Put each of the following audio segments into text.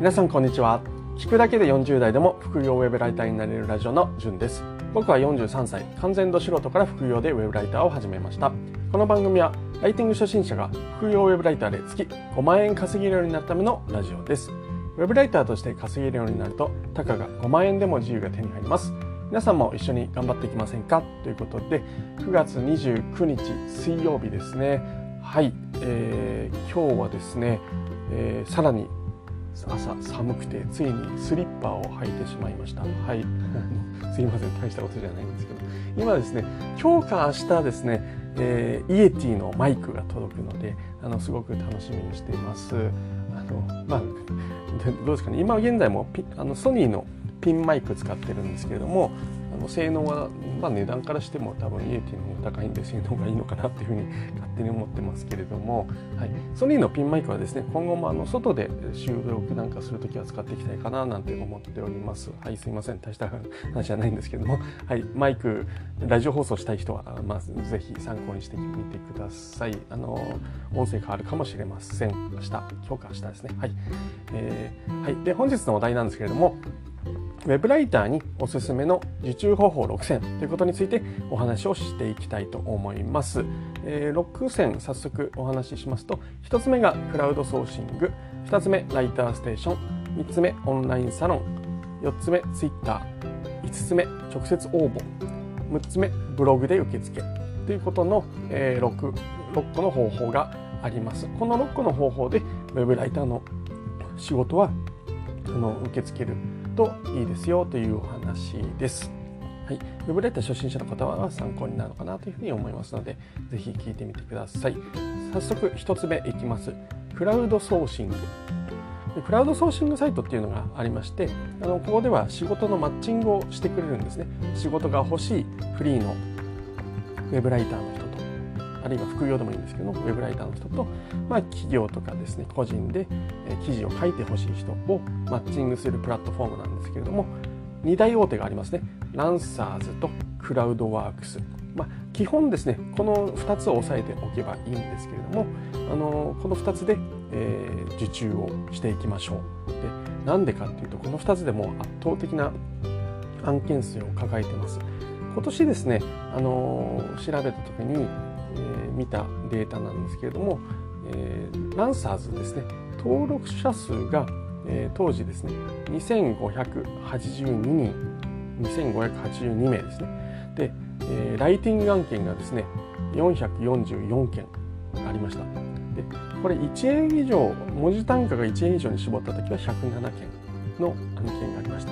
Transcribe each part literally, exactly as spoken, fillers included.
皆さんこんにちは。聞くだけでよんじゅう代でも副業ウェブライターになれるラジオのじゅんです。僕はよんじゅうさんさい、完全度素人から副業でウェブライターを始めました。この番組はライティング初心者が副業ウェブライターで月ごまんえん稼げるようになるためのラジオです。ウェブライターとして稼げるようになると、たかがごまんえんでも自由が手に入ります。皆さんも一緒に頑張っていきませんかということで、くがつにじゅうくにち水曜日ですね。はい、えー、今日はですね、えー、さらに朝寒くてついにスリッパを履いてしまいました。はいすいません、大したことじゃないんですけど、今ですね、今日か明日ですね、えー、イエティのマイクが届くので、あのすごく楽しみにしています。あのまあどうですかね、今現在もピあのソニーのピンマイク使ってるんですけれども、あの性能は、まあ、値段からしても多分イエティの方が高いんで性能がいいのかなっていうふうに勝手に思ってますけれども、はい、ソニーのピンマイクはですね、今後もあの外で収録なんかするときは使っていきたいかななんて思っております。はい、すいません、大した話じゃないんですけども、はい、マイクラジオ放送したい人は、まあ、ぜひ参考にしてみてください。あの音声変わるかもしれません。明日、今日か明日ですね。はい、えーはい、で本日のお題なんですけれども、ウェブライターにおすすめの受注方法ろくせんということについてお話をしていきたいと思います。えー、ろくせん早速お話ししますと、ひとつめがクラウドソーシング、ふたつめライターステーション、みっつめオンラインサロン、よっつめツイッター、いつつめ直接応募、むっつめブログで受付ということの、えー、6, ろっこの方法があります。このろっこの方法でウェブライターの仕事はあの受け付けるといいですよというお話です。はい、ウェブライター初心者の方は参考になるのかなというふうに思いますので、ぜひ聞いてみてください。早速ひとつめいきます。クラウドソーシング。クラウドソーシングサイトっていうのがありまして、あのここでは仕事のマッチングをしてくれるんですね。仕事が欲しいフリーのウェブライターの人と、あるいは副業でもいいんですけど、ウェブライターの人と、まあ、企業とかですね、個人で記事を書いてほしい人をマッチングするプラットフォームなんですけれども、に大大手がありますね。ランサーズとクラウドワークス。まあ、基本ですね、このふたつを押さえておけばいいんですけれども、あのこのふたつで、えー、受注をしていきましょう。で、なんでかっていうと、このふたつでも圧倒的な案件数を抱えてます。今年ですね、あの調べた時に、えー、見たデータなんですけれども、えー、ランサーズですね、登録者数が、えー、当時ですねにせんごひゃくはちじゅうににん、にせんごひゃくはちじゅうにめいですね。で、えー、ライティング案件がですねよんひゃくよんじゅうよんけんありました。で、これいちえん以上、文字単価がいちえん以上に絞った時はひゃくななけんの案件がありました。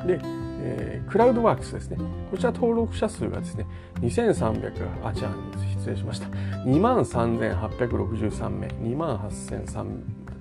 で、えー、クラウドワークスですね、こちら登録者数がですねにせんさんびゃく、あ、じゃあ失礼しました、にまんさんぜんはっぴゃくろくじゅうさんめい、にまんはっせんさん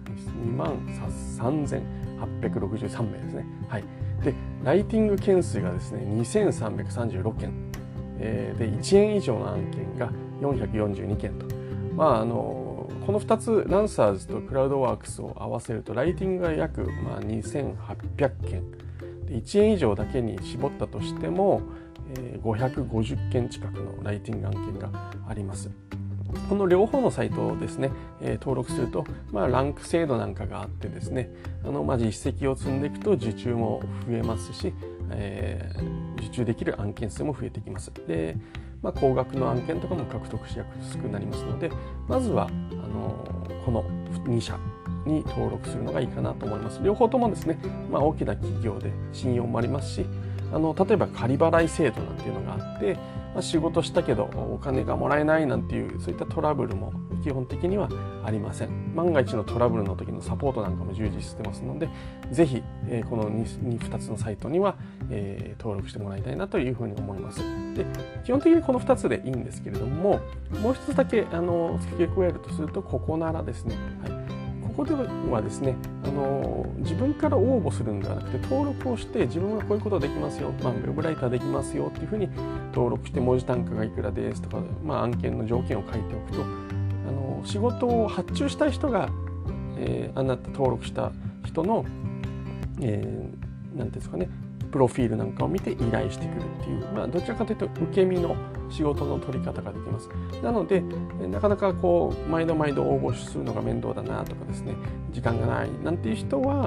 ぜんはっぴゃくろくじゅうさんめいですね。はい。で、ライティング件数がですねにせんさんびゃくさんじゅうろっけん、えー、でいちえん以上の案件がよんひゃくよんじゅうにけんと、まああのこのふたつ、ランサーズとクラウドワークスを合わせるとライティングが約、まあ、にせんはっぴゃくけんで、いちえん以上だけに絞ったとしても、えー、ごひゃくごじゅっけん近くのライティング案件があります。この両方のサイトをですね、えー、登録すると、まあ、ランク制度なんかがあってですね、あの、まあ、実績を積んでいくと受注も増えますし、えー、受注できる案件数も増えてきます。で、まあ、高額の案件とかも獲得しやすくなりますので、まずはあのこのにしゃに登録するのがいいかなと思います。両方ともですね、まあ、大きな企業で信用もありますし、あの例えば仮払い制度なんていうのがあって、まあ、仕事したけどお金がもらえないなんていうそういったトラブルも基本的にはありません。万が一のトラブルの時のサポートなんかも充実してますので、ぜひ、えー、この 2, 2つのサイトには、えー、登録してもらいたいなというふうに思います。で、基本的にこのふたつでいいんですけれども、もう一つだけあの付け加えるとすると、ここならですね、はい、ここではですね、あの自分から応募するんではなくて、登録をして自分はこういうことできますよ、まあ、ウェブライターできますよっていうふうに登録して、文字単価がいくらですとか、まあ、案件の条件を書いておくと、あの仕事を発注したい人が、えー、あなた登録した人の、えー、なんていうんですかね、プロフィールなんかを見て依頼してくるっていう、まあ、どちらかというと受け身の仕事の取り方ができます。なのでなかなかこう毎度毎度応募するのが面倒だなとかですね、時間がないなんていう人は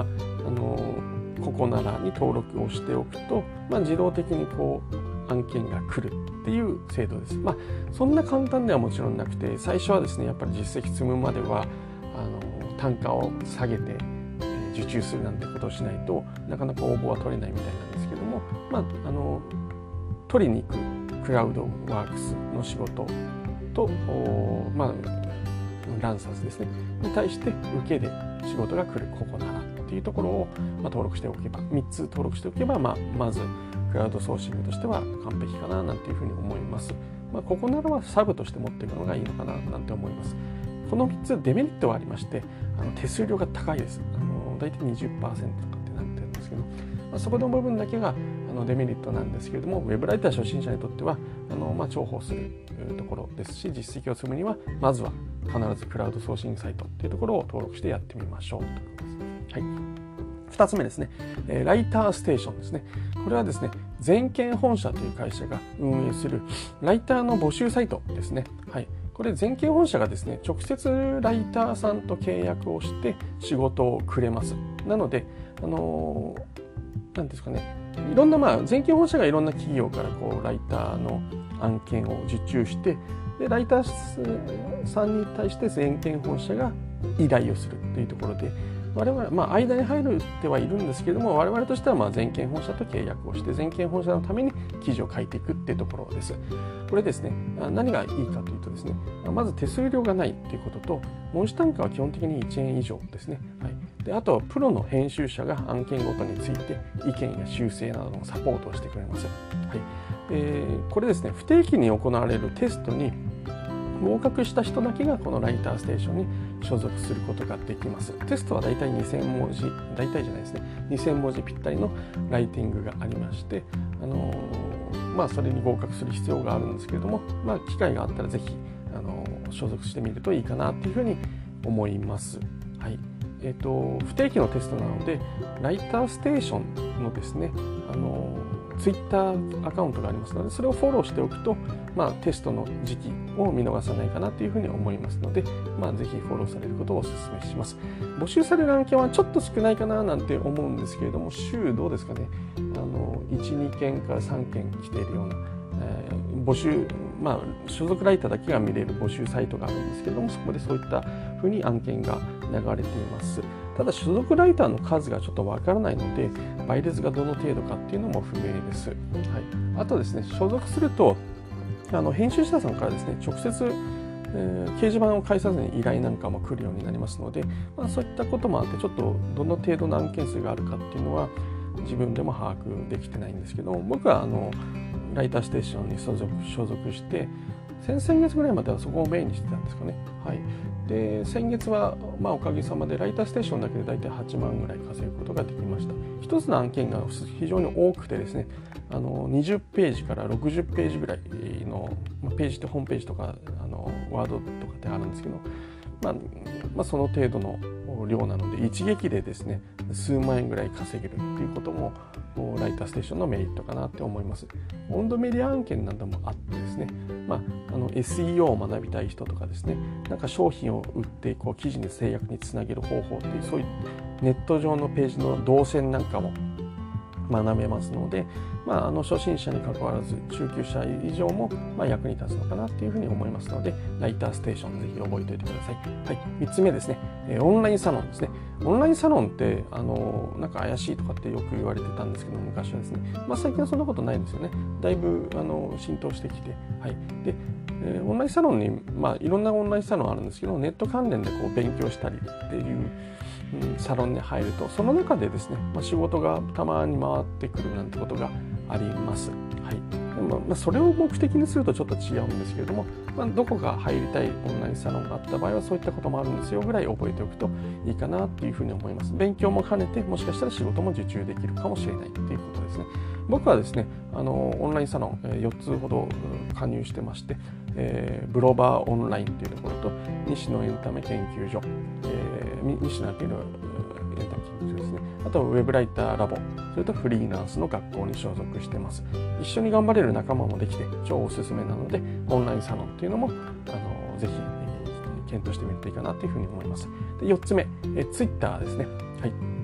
あのここならに登録をしておくと、まあ、自動的にこう案件が来るっていう制度です。まあそんな簡単ではもちろんなくて、最初はですねやっぱり実績積むまではあの単価を下げて受注するなんてことをしないとなかなか応募は取れないみたいなんですけども、まあ、あの取りに行くクラウドワークスの仕事と、まあ、ランサーズですねに対して受けで仕事が来るここならっていうところを、まあ、登録しておけばみっつ登録しておけば、まあ、まずクラウドソーシングとしては完璧かななんていうふうに思います。まあ、ここならはサブとして持っていくのがいいのかななんて思います。このみっつデメリットはありまして、あの手数料が高いです。あの大体 にじゅっパーセント とかってなってるんですけど、まあ、そこの部分だけがあのデメリットなんですけれども、ウェブライター初心者にとってはあの、まあ、重宝するところですし、実績を積むにはまずは必ずクラウドソーシングサイトっていうところを登録してやってみましょうということです。はい、ふたつめですね、えー、ライターステーションですね。これはですね、全県本社という会社が運営するライターの募集サイトですね。はい、これ全県本社がですね、直接ライターさんと契約をして仕事をくれます。なので、あのー、なんですかね、いろんなまあ全県本社がいろんな企業からこうライターの案件を受注して、でライターさんに対して全県本社が依頼をするというところで、我々、まあ、間に入るってはいるんですけれども、我々としてはまあ全県本社と契約をして全県本社のために記事を書いていくっていうところです。これですね、何がいいかというとですね、まず手数料がないっていうことと、文字単価は基本的にいちえん以上ですね。はい、であとはプロの編集者が案件ごとについて意見や修正などのサポートをしてくれます。はい、えー、これですね、不定期に行われるテストに合格した人だけがこのライターステーションに所属することができます。テストはだいたいにせんもじ、大体じゃないですね、にせんもじぴったりのライティングがありまして、あのー、まあそれに合格する必要があるんですけれども、まあ機会があったらぜひ、あのー、所属してみるといいかなというふうに思います。はい。えっと、不定期のテストなので、ライターステーションのですね、あのツイッターアカウントがありますので、それをフォローしておくと、まあ、テストの時期を見逃さないかなというふうに思いますので、まあ、ぜひフォローされることをお勧めします。募集される案件はちょっと少ないかななんて思うんですけれども、週どうですかね、あのいち、にけんからさんけん来ているような、えー、募集、まあ、所属ライターだけが見れる募集サイトがあるんですけれども、そこでそういったふうに案件が流れています。ただ所属ライターの数がちょっとわからないので、倍率がどの程度かっていうのも不明です。はい、あとですね、所属するとあの編集者さんからですね、直接、えー、掲示板を介さずに依頼なんかも来るようになりますので、まあ、そういったこともあってちょっとどの程度の案件数があるかっていうのは自分でも把握できてないんですけど、僕はあのライターステーションに所属所属して先々月ぐらいまではそこをメインにしてたんですかね。はい、で先月は、まあ、おかげさまでライターステーションだけで大体はちまんぐらい稼ぐことができました。一つの案件が非常に多くてですね、あのにじゅっページからろくじゅっページぐらいの、まあ、ページってホームページとかあのワードとかってあるんですけど、まあまあ、その程度の量なので一撃でですね数万円ぐらい稼げるっていうこともライターステーションのメリットかなって思います。温度メディア案件などもあってですね、まあ、あの エスイーオー を学びたい人とかですね、なんか商品を売ってこう記事に制約につなげる方法っていうそういうネット上のページの動線なんかも学べますので、まあ、あの初心者に関わらず中級者以上もまあ役に立つのかなっていうふうに思いますので、ライターステーションぜひ覚えておいてください。はい、みっつめですね、えー、オンラインサロンですね。オンラインサロンってあのなんか怪しいとかってよく言われてたんですけど、昔はですね、まあ、最近はそんなことないんですよね。だいぶあの浸透してきて、はい、で、えー、オンラインサロンに、まあ、いろんなオンラインサロンあるんですけど、ネット関連でこう勉強したりっていうサロンに入ると、その中でですね、まあ、仕事がたまに回ってくるなんてことがあります。はい、でもまあそれを目的にするとちょっと違うんですけれども、まあ、どこか入りたいオンラインサロンがあった場合はそういったこともあるんですよぐらい覚えておくといいかなっていうふうに思います。勉強も兼ねてもしかしたら仕事も受注できるかもしれないっていうことですね。僕はですね、あのオンラインサロンよっつほど加入してまして、えー、ブロバーオンラインというところと西野エンタメ研究所、えー、西野エンタメ研究所ですね、あとウェブライターラボ、それとフリーランスの学校に所属してます。一緒に頑張れる仲間もできて超おすすめなので、オンラインサロンっていうのもあのぜひ、えー、検討してみるといいかなというふうに思います。でよっつめ、えー、ツイッターですね。はい、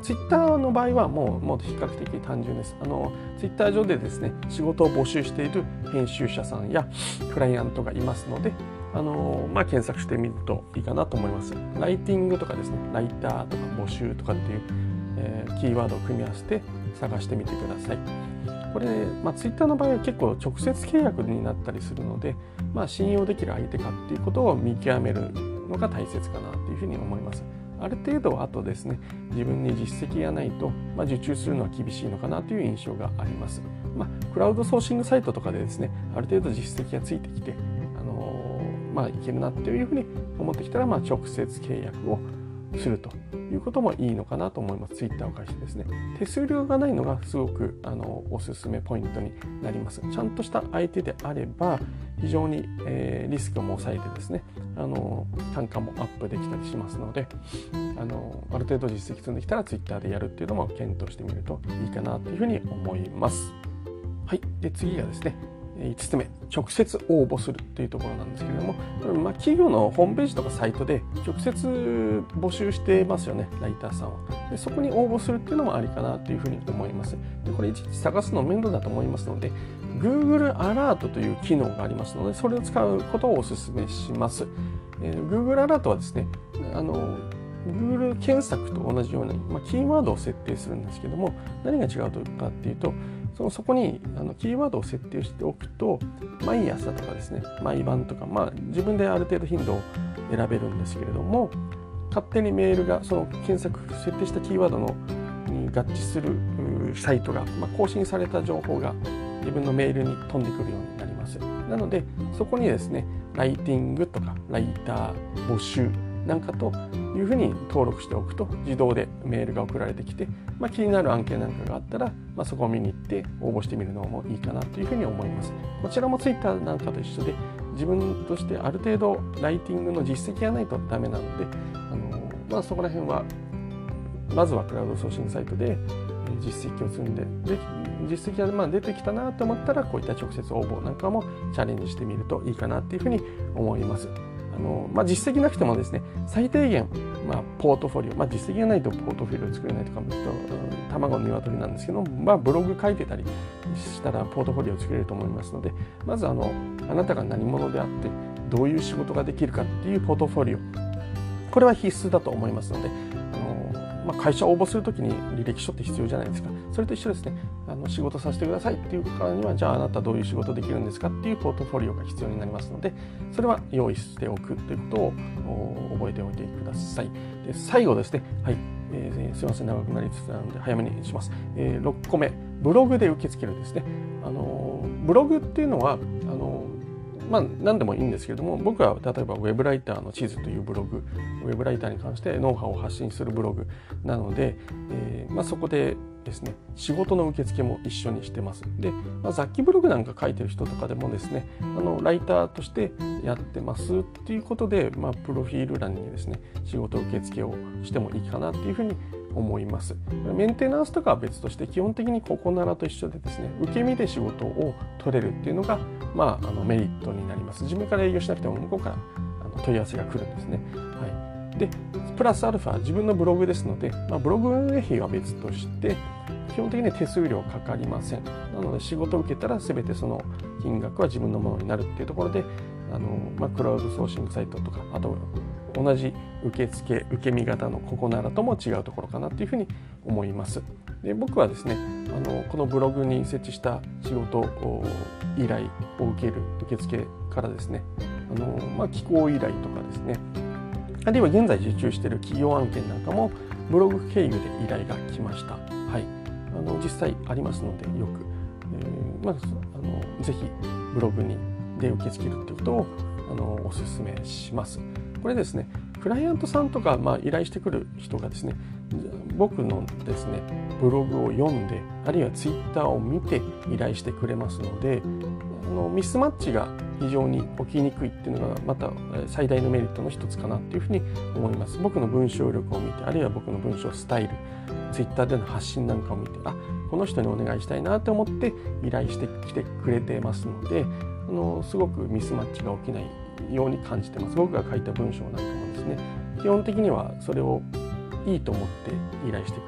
ツイッターの場合はもうもう比較的単純です。あのツイッター上でですね、仕事を募集している編集者さんやクライアントがいますので、あのまあ、検索してみるといいかなと思います。ライティングとかですね、ライターとか募集とかっていう、えー、キーワードを組み合わせて探してみてください。これ、まあ、ツイッターの場合は結構直接契約になったりするので、まあ、信用できる相手かっていうことを見極めるのが大切かなというふうに思います。ある程度あとですね、自分に実績がないと、まあ、受注するのは厳しいのかなという印象があります。まあ、クラウドソーシングサイトとかでですね、ある程度実績がついてきて、あのー、まあいけるなっていうふうに思ってきたら、まあ、直接契約をするということもいいのかなと思います。ツイッターを介してですね、手数料がないのがすごくあのおすすめポイントになります。ちゃんとした相手であれば非常に、えー、リスクも抑えてですね、あの単価もアップできたりしますので、あのある程度実績積んできたらツイッターでやるっていうのも検討してみるといいかなというふうに思います。はい、で次がですね、いつつめ、直接応募するというところなんですけれども、まあ、企業のホームページとかサイトで直接募集してますよね、ライターさんは。でそこに応募するっていうのもありかなというふうに思います。でこれいちいち探すの面倒だと思いますので、Google アラートという機能がありますので、それを使うことをお勧めします。えー、Google アラートはですね、あの Google 検索と同じように、まあ、キーワードを設定するんですけども、何が違うかっていうと、そのそこにあのキーワードを設定しておくと、毎朝とかですね、毎晩とか、まあ、自分である程度頻度を選べるんですけれども、勝手にメールがその検索設定したキーワードのに合致するサイトが、まあ、更新された情報が自分のメールに飛んでくるようになります。なのでそこにですね、ライティングとかライター募集なんかというふうに登録しておくと、自動でメールが送られてきて、まあ、気になる案件なんかがあったら、まあ、そこを見に行って応募してみるのもいいかなというふうに思います。こちらもツイッターなんかと一緒で、自分としてある程度ライティングの実績がないとダメなので、あの、まあ、そこら辺はまずはクラウドソーシングサイトで実績を積んで、で実績がまあ出てきたなと思ったら、こういった直接応募なんかもチャレンジしてみるといいかなというふうに思います。あのまあ、実績なくてもですね、最低限、まあ、ポートフォリオ、まあ、実績がないとポートフォリオを作れないとかも、卵の鶏なんですけど、まあ、ブログ書いてたりしたらポートフォリオを作れると思いますので、まずあのあなたが何者であってどういう仕事ができるかっていうポートフォリオ、これは必須だと思いますので、あの、まあ、会社を応募するときに履歴書って必要じゃないですか。それと一緒ですね。あの仕事させてくださいっていうからには、じゃああなたどういう仕事できるんですかっていうポートフォリオが必要になりますので、それは用意しておくということを覚えておいてください。で最後ですね、はい、えー、すいません、長くなりつつあるので早めにします。えー、ろっこめ、ブログで受け付けるですね。あのブログっていうのはあのまあ、何でもいいんですけれども、僕は例えばウェブライターの地図というブログ、ウェブライターに関してノウハウを発信するブログなので、えーまあ、そこでですね、仕事の受付も一緒にしてます。で、まあ、雑記ブログなんか書いてる人とかでもですね、あのライターとしてやってますっていうことで、まあ、プロフィール欄にですね、仕事受付をしてもいいかなっていうふうに思います。メンテナンスとかは別として、基本的にここならと一緒でですね、受け身で仕事を取れるっていうのが、まあ、あのメリットになります。自分から営業しなくても向こうからあの問い合わせが来るんですね。はい、でプラスアルファ自分のブログですので、まあ、ブログ運営費は別として基本的には手数料かかりません。なので仕事を受けたら全てその金額は自分のものになるっていうところで、あの、まあ、クラウドソーシングサイトとか、あと同じ受付受け身型のここならとも違うところかなというふうに思います。で僕はですね、あのこのブログに設置した仕事依頼を受ける受付からですね、あの、まあ、寄稿依頼とかですね、あるいは現在受注している企業案件なんかもブログ経由で依頼が来ました。はい、あの実際ありますので、よく、えーまあ、あのぜひブログにで受け付けるということをあのお勧めします。これですね、クライアントさんとか、まあ、依頼してくる人がですね、僕のですねブログを読んで、あるいはツイッターを見て依頼してくれますので、あのミスマッチが非常に起きにくいっていうのがまた最大のメリットの一つかなというふうに思います。僕の文章力を見て、あるいは僕の文章スタイル、ツイッターでの発信なんかを見て、あ、この人にお願いしたいなと思って依頼してきてくれてますので、あのすごくミスマッチが起きないように感じてます。僕が書いた文章なんかもですね、基本的にはそれをいいと思って依頼してくれているの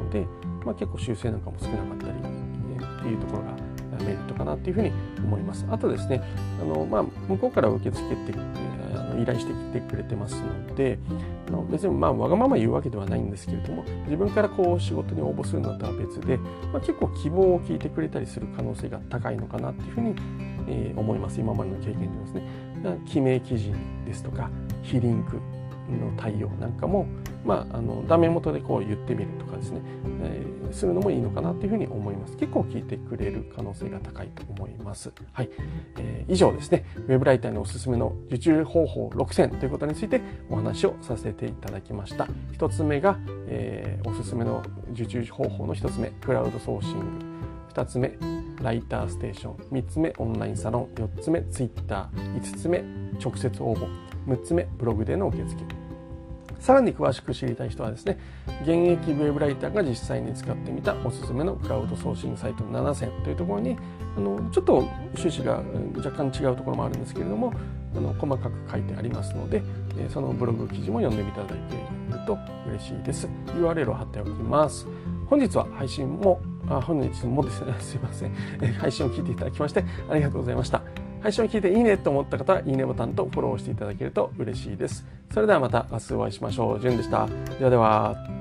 ので、まあ、結構修正なんかも少なかったり、ね、っていうところがメリットかなというふうに思います。あとですね、あの、まあ、向こうから受け付けてあの依頼してきてくれてますので、あの別にまあわがまま言うわけではないんですけれども、自分からこう仕事に応募するのとは別で、まあ、結構希望を聞いてくれたりする可能性が高いのかなというふうに、えー、思います。今までの経験上ですね。記名記事ですとか非リンクの対応なんかも、まあ、あのダメ元でこう言ってみるとかですね、えー、するのもいいのかなというふうに思います。結構聞いてくれる可能性が高いと思います。はい、えー、以上ですね、ウェブライターにおすすめの受注方法ろくせんということについてお話をさせていただきました。ひとつめが、えー、おすすめの受注方法のひとつめ、クラウドソーシング。ふたつめ、ライターステーション。みっつめ、オンラインサロン。よっつめ、ツイッター。いつつめ、直接応募。むっつめ、ブログでの受付。さらに詳しく知りたい人はですね、現役ウェブライターが実際に使ってみたおすすめのクラウドソーシングサイトななせんというところに、あのちょっと趣旨が若干違うところもあるんですけれども、あの細かく書いてありますので、そのブログ記事も読んでみていただけると嬉しいです。ユーアールエル を貼っておきます。本日は配信も、あ本日もですね、すいません、配信を聞いていただきましてありがとうございました。配信を聞いていいねと思った方は、いいねボタンとフォローしていただけると嬉しいです。それではまた明日お会いしましょう。じゅんでした。ではでは。